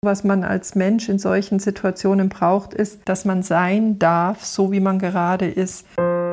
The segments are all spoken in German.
Was man als Mensch in solchen Situationen braucht, ist, dass man sein darf, so wie man gerade ist.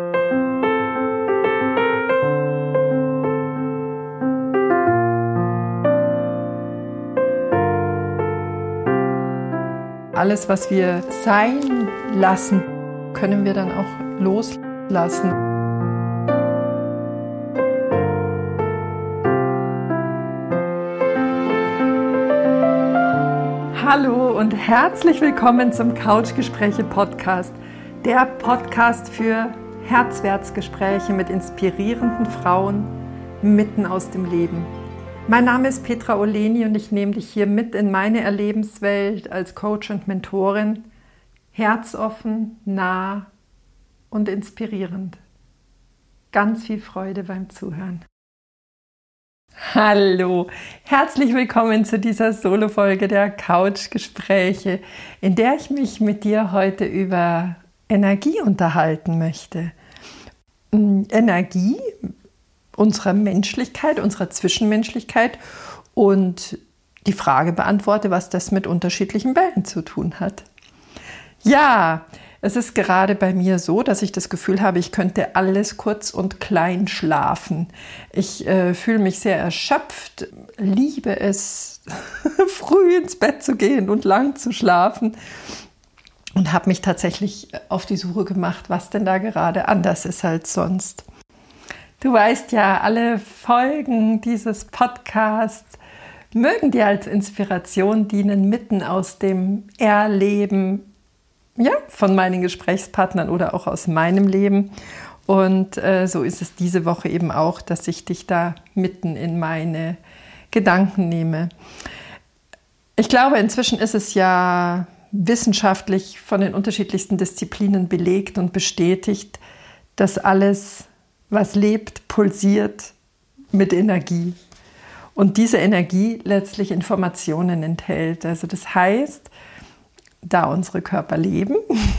Alles, was wir sein lassen, können wir dann auch loslassen. Hallo und herzlich willkommen zum Couchgespräche-Podcast, der Podcast für Herzwärtsgespräche mit inspirierenden Frauen mitten aus dem Leben. Mein Name ist Petra Oleni und ich nehme dich hier mit in meine Erlebenswelt als Coach und Mentorin, herzoffen, nah und inspirierend. Ganz viel Freude beim Zuhören. Hallo, herzlich willkommen zu dieser Solo-Folge der Couchgespräche, in der ich mich mit dir heute über Energie unterhalten möchte. Energie unserer Menschlichkeit, unserer Zwischenmenschlichkeit und die Frage beantworte, was das mit unterschiedlichen Welten zu tun hat. Ja, es ist gerade bei mir so, dass ich das Gefühl habe, ich könnte alles kurz und klein schlafen. Ich fühle mich sehr erschöpft, liebe es, früh ins Bett zu gehen und lang zu schlafen und habe mich tatsächlich auf die Suche gemacht, was denn da gerade anders ist als sonst. Du weißt ja, alle Folgen dieses Podcasts mögen dir als Inspiration dienen, mitten aus dem Erleben von meinen Gesprächspartnern oder auch aus meinem Leben. Und so ist es diese Woche eben auch, dass ich dich da mitten in meine Gedanken nehme. Ich glaube, inzwischen ist es ja wissenschaftlich von den unterschiedlichsten Disziplinen belegt und bestätigt, dass alles, was lebt, pulsiert mit Energie. Und diese Energie letztlich Informationen enthält. Also das heißt, da unsere Körper leben,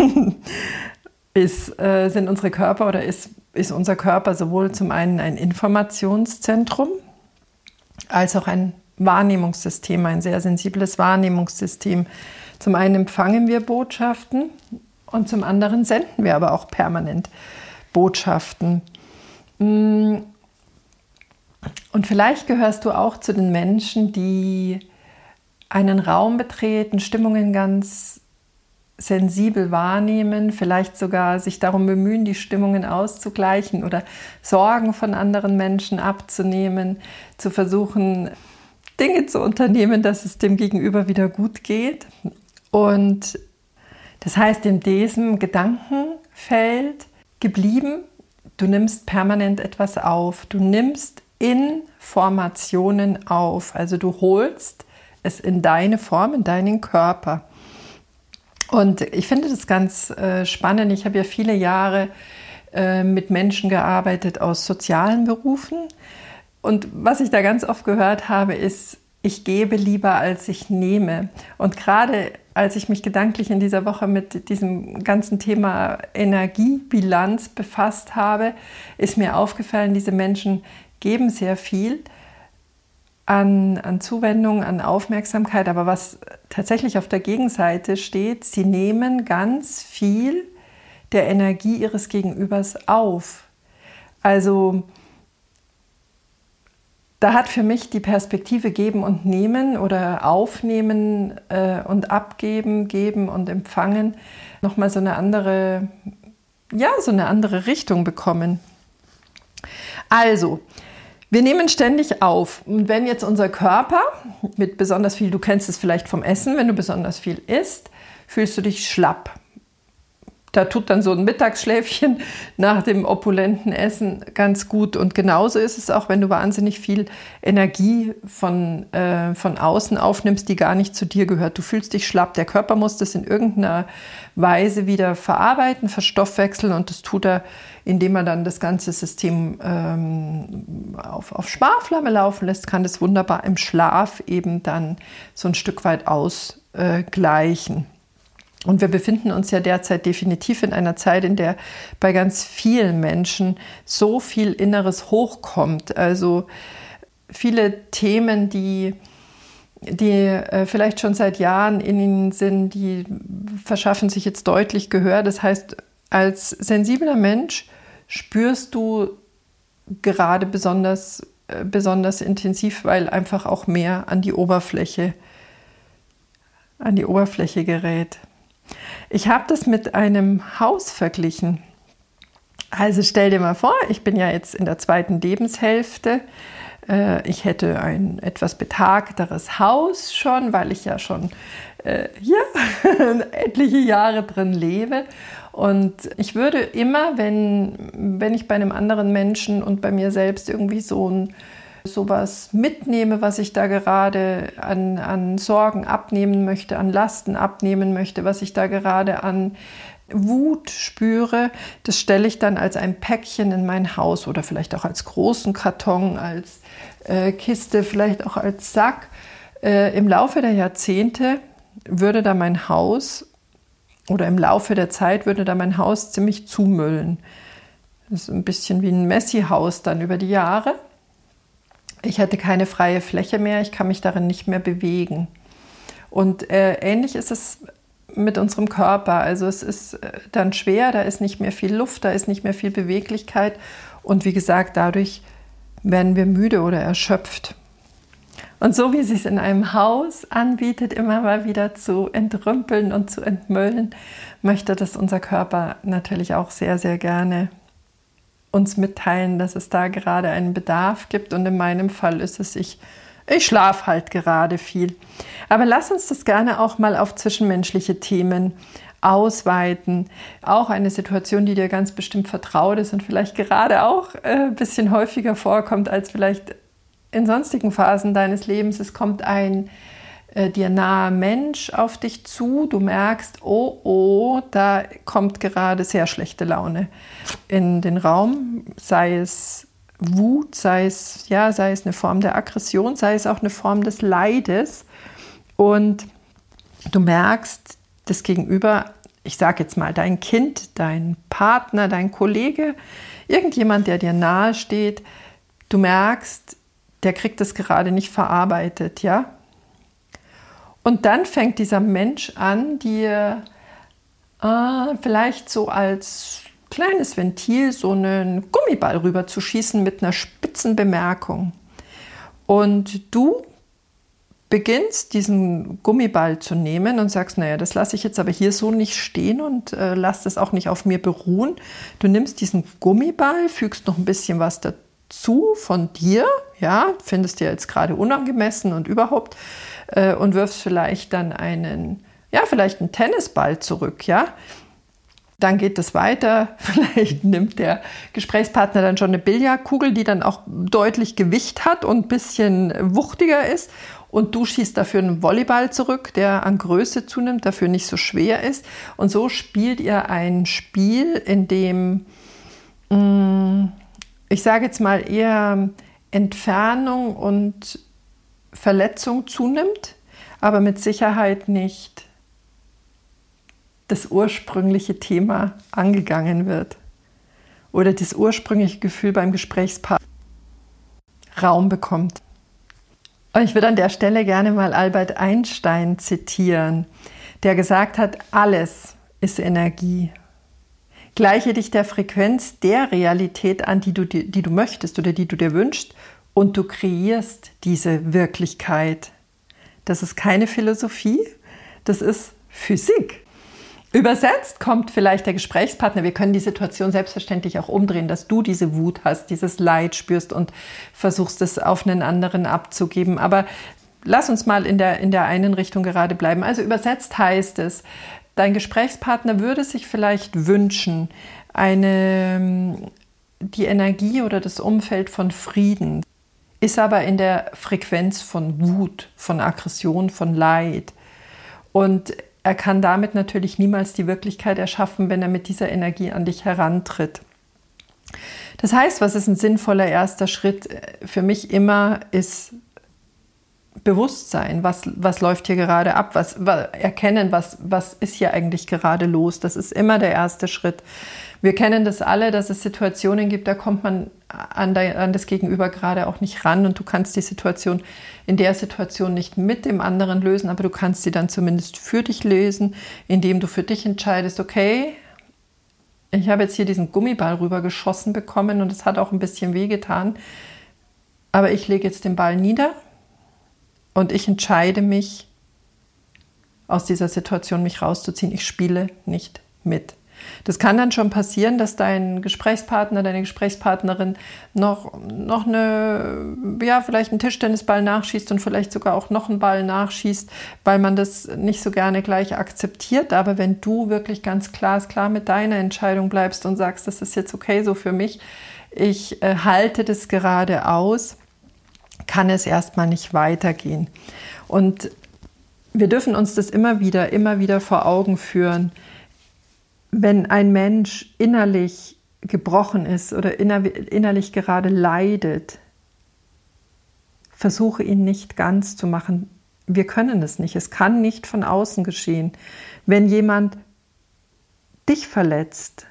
sind unsere Körper oder ist unser Körper sowohl zum einen ein Informationszentrum als auch ein Wahrnehmungssystem, ein sehr sensibles Wahrnehmungssystem. Zum einen empfangen wir Botschaften und zum anderen senden wir aber auch permanent Botschaften. Und vielleicht gehörst du auch zu den Menschen, die einen Raum betreten, Stimmungen ganz sensibel wahrnehmen, vielleicht sogar sich darum bemühen, die Stimmungen auszugleichen oder Sorgen von anderen Menschen abzunehmen, zu versuchen, Dinge zu unternehmen, dass es dem Gegenüber wieder gut geht. Und das heißt, in diesem Gedankenfeld geblieben, du nimmst permanent etwas auf, du nimmst Informationen auf, also du holst es in deine Form, in deinen Körper. Und ich finde das ganz spannend. Ich habe ja viele Jahre mit Menschen gearbeitet aus sozialen Berufen. Und was ich da ganz oft gehört habe, ist, ich gebe lieber, als ich nehme. Und gerade als ich mich gedanklich in dieser Woche mit diesem ganzen Thema Energiebilanz befasst habe, ist mir aufgefallen, diese Menschen geben sehr viel an Zuwendung, an Aufmerksamkeit, aber was tatsächlich auf der Gegenseite steht, sie nehmen ganz viel der Energie ihres Gegenübers auf. Also da hat für mich die Perspektive Geben und Nehmen oder Aufnehmen und Abgeben, Geben und Empfangen nochmal so eine andere Richtung bekommen. Also, wir nehmen ständig auf. Und wenn jetzt unser Körper mit besonders viel, du kennst es vielleicht vom Essen, wenn du besonders viel isst, fühlst du dich schlapp. Da tut dann so ein Mittagsschläfchen nach dem opulenten Essen ganz gut. Und genauso ist es auch, wenn du wahnsinnig viel Energie von außen aufnimmst, die gar nicht zu dir gehört. Du fühlst dich schlapp. Der Körper muss das in irgendeiner Weise wieder verarbeiten, verstoffwechseln. Und das tut er, indem er dann das ganze System auf Sparflamme laufen lässt, kann das wunderbar im Schlaf eben dann so ein Stück weit ausgleichen. Und wir befinden uns ja derzeit definitiv in einer Zeit, in der bei ganz vielen Menschen so viel Inneres hochkommt. Also viele Themen, die die vielleicht schon seit Jahren in ihnen sind, die verschaffen sich jetzt deutlich Gehör. Das heißt, als sensibler Mensch spürst du gerade besonders intensiv, weil einfach auch mehr an die Oberfläche gerät. Ich habe das mit einem Haus verglichen. Also stell dir mal vor, ich bin ja jetzt in der 2. Lebenshälfte. Ich hätte ein etwas betagteres Haus schon, weil ich ja schon etliche Jahre drin lebe. Und ich würde immer, wenn ich bei einem anderen Menschen und bei mir selbst irgendwie sowas mitnehme, was ich da gerade an Sorgen abnehmen möchte, an Lasten abnehmen möchte, was ich da gerade an Wut spüre, das stelle ich dann als ein Päckchen in mein Haus oder vielleicht auch als großen Karton, als Kiste, vielleicht auch als Sack. Im Laufe der Jahrzehnte würde da mein Haus oder im Laufe der Zeit würde da mein Haus ziemlich zumüllen. Das ist ein bisschen wie ein Messi-Haus dann über die Jahre. Ich hätte keine freie Fläche mehr, ich kann mich darin nicht mehr bewegen. Und ähnlich ist es mit unserem Körper. Also es ist dann schwer, da ist nicht mehr viel Luft, da ist nicht mehr viel Beweglichkeit. Und wie gesagt, dadurch werden wir müde oder erschöpft. Und so wie es sich in einem Haus anbietet, immer mal wieder zu entrümpeln und zu entmüllen, möchte das unser Körper natürlich auch sehr, sehr gerne uns mitteilen, dass es da gerade einen Bedarf gibt. Und in meinem Fall ist es, ich schlafe halt gerade viel. Aber lass uns das gerne auch mal auf zwischenmenschliche Themen ausweiten. Auch eine Situation, die dir ganz bestimmt vertraut ist und vielleicht gerade auch ein bisschen häufiger vorkommt als vielleicht in sonstigen Phasen deines Lebens. Es kommt ein dir naher Mensch auf dich zu. Du merkst, oh, da kommt gerade sehr schlechte Laune in den Raum, sei es Wut, sei es eine Form der Aggression, sei es auch eine Form des Leides. Und du merkst, das Gegenüber, ich sage jetzt mal dein Kind, dein Partner, dein Kollege, irgendjemand, der dir nahe steht, du merkst, der kriegt das gerade nicht verarbeitet, ja? Und dann fängt dieser Mensch an, dir vielleicht so als kleines Ventil so einen Gummiball rüber zu schießen mit einer spitzen Bemerkung. Und du beginnst, diesen Gummiball zu nehmen und sagst, naja, das lasse ich jetzt aber hier so nicht stehen und lass das auch nicht auf mir beruhen. Du nimmst diesen Gummiball, fügst noch ein bisschen was dazu von dir, ja, findest dir jetzt gerade unangemessen und überhaupt und wirfst vielleicht dann vielleicht einen Tennisball zurück, ja. Dann geht es weiter, vielleicht nimmt der Gesprächspartner dann schon eine Billardkugel, die dann auch deutlich Gewicht hat und ein bisschen wuchtiger ist. Und du schießt dafür einen Volleyball zurück, der an Größe zunimmt, dafür nicht so schwer ist. Und so spielt ihr ein Spiel, in dem, ich sage jetzt mal, eher Entfernung und Verletzung zunimmt, aber mit Sicherheit nicht das ursprüngliche Thema angegangen wird oder das ursprüngliche Gefühl beim Gesprächspartner Raum bekommt. Und ich würde an der Stelle gerne mal Albert Einstein zitieren, der gesagt hat, alles ist Energie. Gleiche dich der Frequenz der Realität an, die du möchtest oder die du dir wünschst, und du kreierst diese Wirklichkeit. Das ist keine Philosophie, das ist Physik. Übersetzt kommt vielleicht der Gesprächspartner, wir können die Situation selbstverständlich auch umdrehen, dass du diese Wut hast, dieses Leid spürst und versuchst es auf einen anderen abzugeben. Aber lass uns mal in der einen Richtung gerade bleiben. Also übersetzt heißt es, dein Gesprächspartner würde sich vielleicht wünschen, die Energie oder das Umfeld von Frieden, ist aber in der Frequenz von Wut, von Aggression, von Leid. Und er kann damit natürlich niemals die Wirklichkeit erschaffen, wenn er mit dieser Energie an dich herantritt. Das heißt, was ist ein sinnvoller erster Schritt für mich immer, ist Bewusstsein, was läuft hier gerade ab, erkennen, was ist hier eigentlich gerade los. Das ist immer der erste Schritt. Wir kennen das alle, dass es Situationen gibt, da kommt man an das Gegenüber gerade auch nicht ran und du kannst die Situation in der Situation nicht mit dem anderen lösen, aber du kannst sie dann zumindest für dich lösen, indem du für dich entscheidest, okay, ich habe jetzt hier diesen Gummiball rübergeschossen bekommen und es hat auch ein bisschen wehgetan, aber ich lege jetzt den Ball nieder und ich entscheide mich, aus dieser Situation mich rauszuziehen. Ich spiele nicht mit. Das kann dann schon passieren, dass dein Gesprächspartner, deine Gesprächspartnerin noch vielleicht einen Tischtennisball nachschießt und vielleicht sogar auch noch einen Ball nachschießt, weil man das nicht so gerne gleich akzeptiert. Aber wenn du wirklich ganz klar mit deiner Entscheidung bleibst und sagst, das ist jetzt okay so für mich, ich halte das gerade aus, kann es erstmal nicht weitergehen. Und wir dürfen uns das immer wieder vor Augen führen. Wenn ein Mensch innerlich gebrochen ist oder innerlich gerade leidet, versuche ihn nicht ganz zu machen. Wir können es nicht. Es kann nicht von außen geschehen. Wenn jemand dich verletzt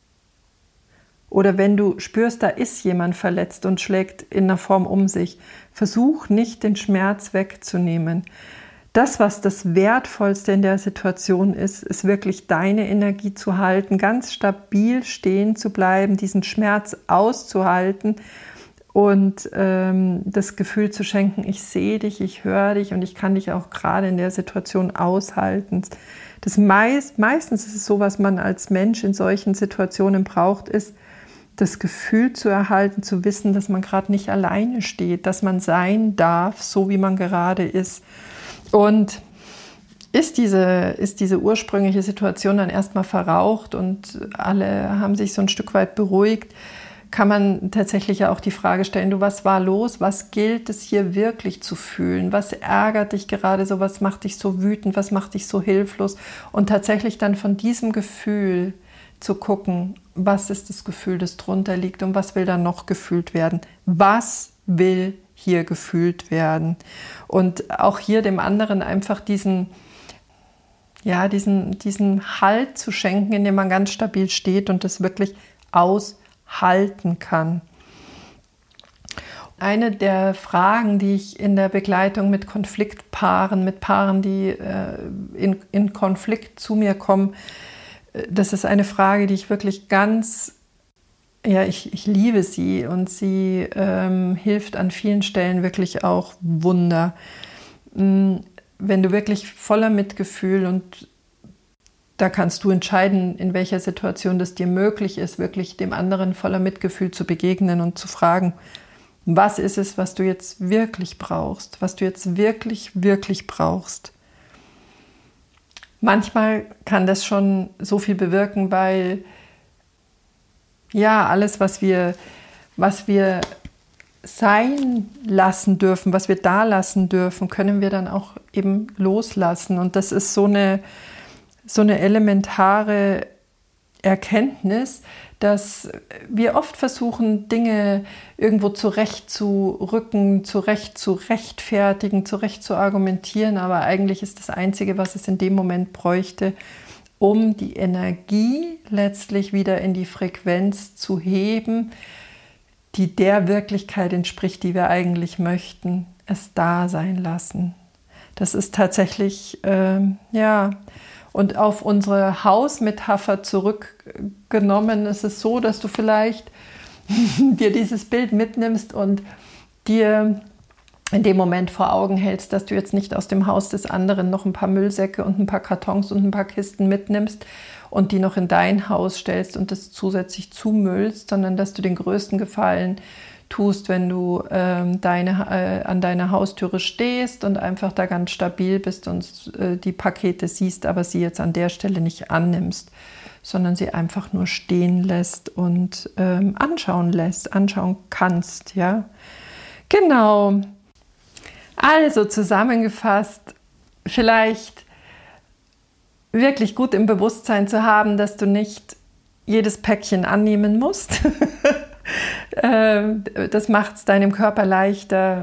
oder wenn du spürst, da ist jemand verletzt und schlägt in einer Form um sich, versuch nicht, den Schmerz wegzunehmen. Das, was das Wertvollste in der Situation ist, ist wirklich deine Energie zu halten, ganz stabil stehen zu bleiben, diesen Schmerz auszuhalten und das Gefühl zu schenken, ich sehe dich, ich höre dich und ich kann dich auch gerade in der Situation aushalten. Meistens ist es so, was man als Mensch in solchen Situationen braucht, ist das Gefühl zu erhalten, zu wissen, dass man gerade nicht alleine steht, dass man sein darf, so wie man gerade ist. Und ist diese ursprüngliche Situation dann erstmal verraucht und alle haben sich so ein Stück weit beruhigt, kann man tatsächlich auch die Frage stellen, du, was war los? Was gilt es hier wirklich zu fühlen? Was ärgert dich gerade so? Was macht dich so wütend? Was macht dich so hilflos? Und tatsächlich dann von diesem Gefühl zu gucken, was ist das Gefühl, das drunter liegt und was will da noch gefühlt werden? Was will hier gefühlt werden? Und auch hier dem anderen einfach diesen Halt zu schenken, in dem man ganz stabil steht und das wirklich aushalten kann. Eine der Fragen, die ich in der Begleitung mit Konfliktpaaren, mit Paaren, die in Konflikt zu mir kommen, das ist eine Frage, die ich wirklich ich liebe sie und sie hilft an vielen Stellen wirklich auch Wunder. Wenn du wirklich voller Mitgefühl und da kannst du entscheiden, in welcher Situation das dir möglich ist, wirklich dem anderen voller Mitgefühl zu begegnen und zu fragen, was ist es, was du jetzt wirklich brauchst, was du jetzt wirklich, wirklich brauchst. Manchmal kann das schon so viel bewirken, weil alles, was wir sein lassen dürfen, was wir da lassen dürfen, können wir dann auch eben loslassen. Und das ist so eine elementare Erkenntnis, dass wir oft versuchen, Dinge irgendwo zurechtzurücken, zurecht zu rechtfertigen, zurecht zu argumentieren, aber eigentlich ist das Einzige, was es in dem Moment bräuchte, um die Energie letztlich wieder in die Frequenz zu heben, die der Wirklichkeit entspricht, die wir eigentlich möchten, es da sein lassen. Das ist tatsächlich, und auf unsere Hausmetapher zurückgenommen, ist es so, dass du vielleicht dir dieses Bild mitnimmst und dir in dem Moment vor Augen hältst, dass du jetzt nicht aus dem Haus des anderen noch ein paar Müllsäcke und ein paar Kartons und ein paar Kisten mitnimmst und die noch in dein Haus stellst und das zusätzlich zumüllst, sondern dass du den größten Gefallen tust, wenn du an deiner Haustüre stehst und einfach da ganz stabil bist und die Pakete siehst, aber sie jetzt an der Stelle nicht annimmst, sondern sie einfach nur stehen lässt und anschauen kannst, ja. Genau. Also zusammengefasst, vielleicht wirklich gut im Bewusstsein zu haben, dass du nicht jedes Päckchen annehmen musst. Das macht es deinem Körper leichter,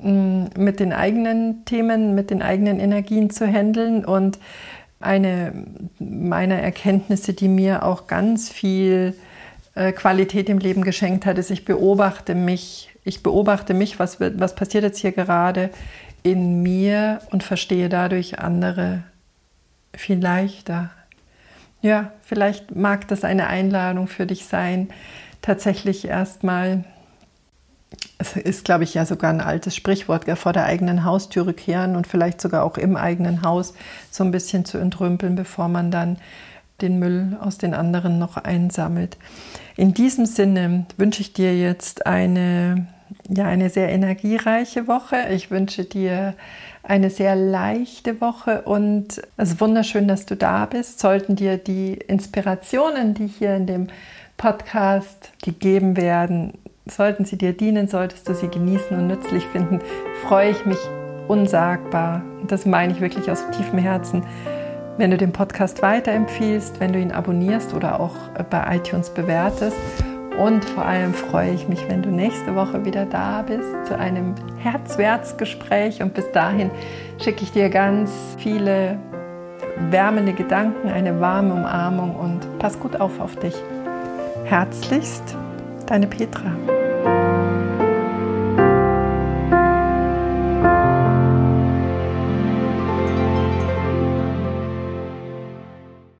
mit den eigenen Themen, mit den eigenen Energien zu handeln. Und eine meiner Erkenntnisse, die mir auch ganz viel Qualität im Leben geschenkt hat, ist, ich beobachte mich, was passiert jetzt hier gerade in mir und verstehe dadurch andere viel leichter. Ja, vielleicht mag das eine Einladung für dich sein, tatsächlich erstmal, es ist, glaube ich, ja sogar ein altes Sprichwort, vor der eigenen Haustüre kehren und vielleicht sogar auch im eigenen Haus so ein bisschen zu entrümpeln, bevor man dann den Müll aus den anderen noch einsammelt. In diesem Sinne wünsche ich dir jetzt eine sehr energiereiche Woche. Ich wünsche dir eine sehr leichte Woche und es ist wunderschön, dass du da bist. Sollten dir die Inspirationen, die hier in dem Podcast gegeben werden, sollten sie dir dienen, solltest du sie genießen und nützlich finden, freue ich mich unsagbar. Und das meine ich wirklich aus tiefem Herzen, wenn du den Podcast weiterempfiehlst, wenn du ihn abonnierst oder auch bei iTunes bewertest. Und vor allem freue ich mich, wenn du nächste Woche wieder da bist zu einem Herzwärtsgespräch. Und bis dahin schicke ich dir ganz viele wärmende Gedanken, eine warme Umarmung und pass gut auf dich. Herzlichst, deine Petra.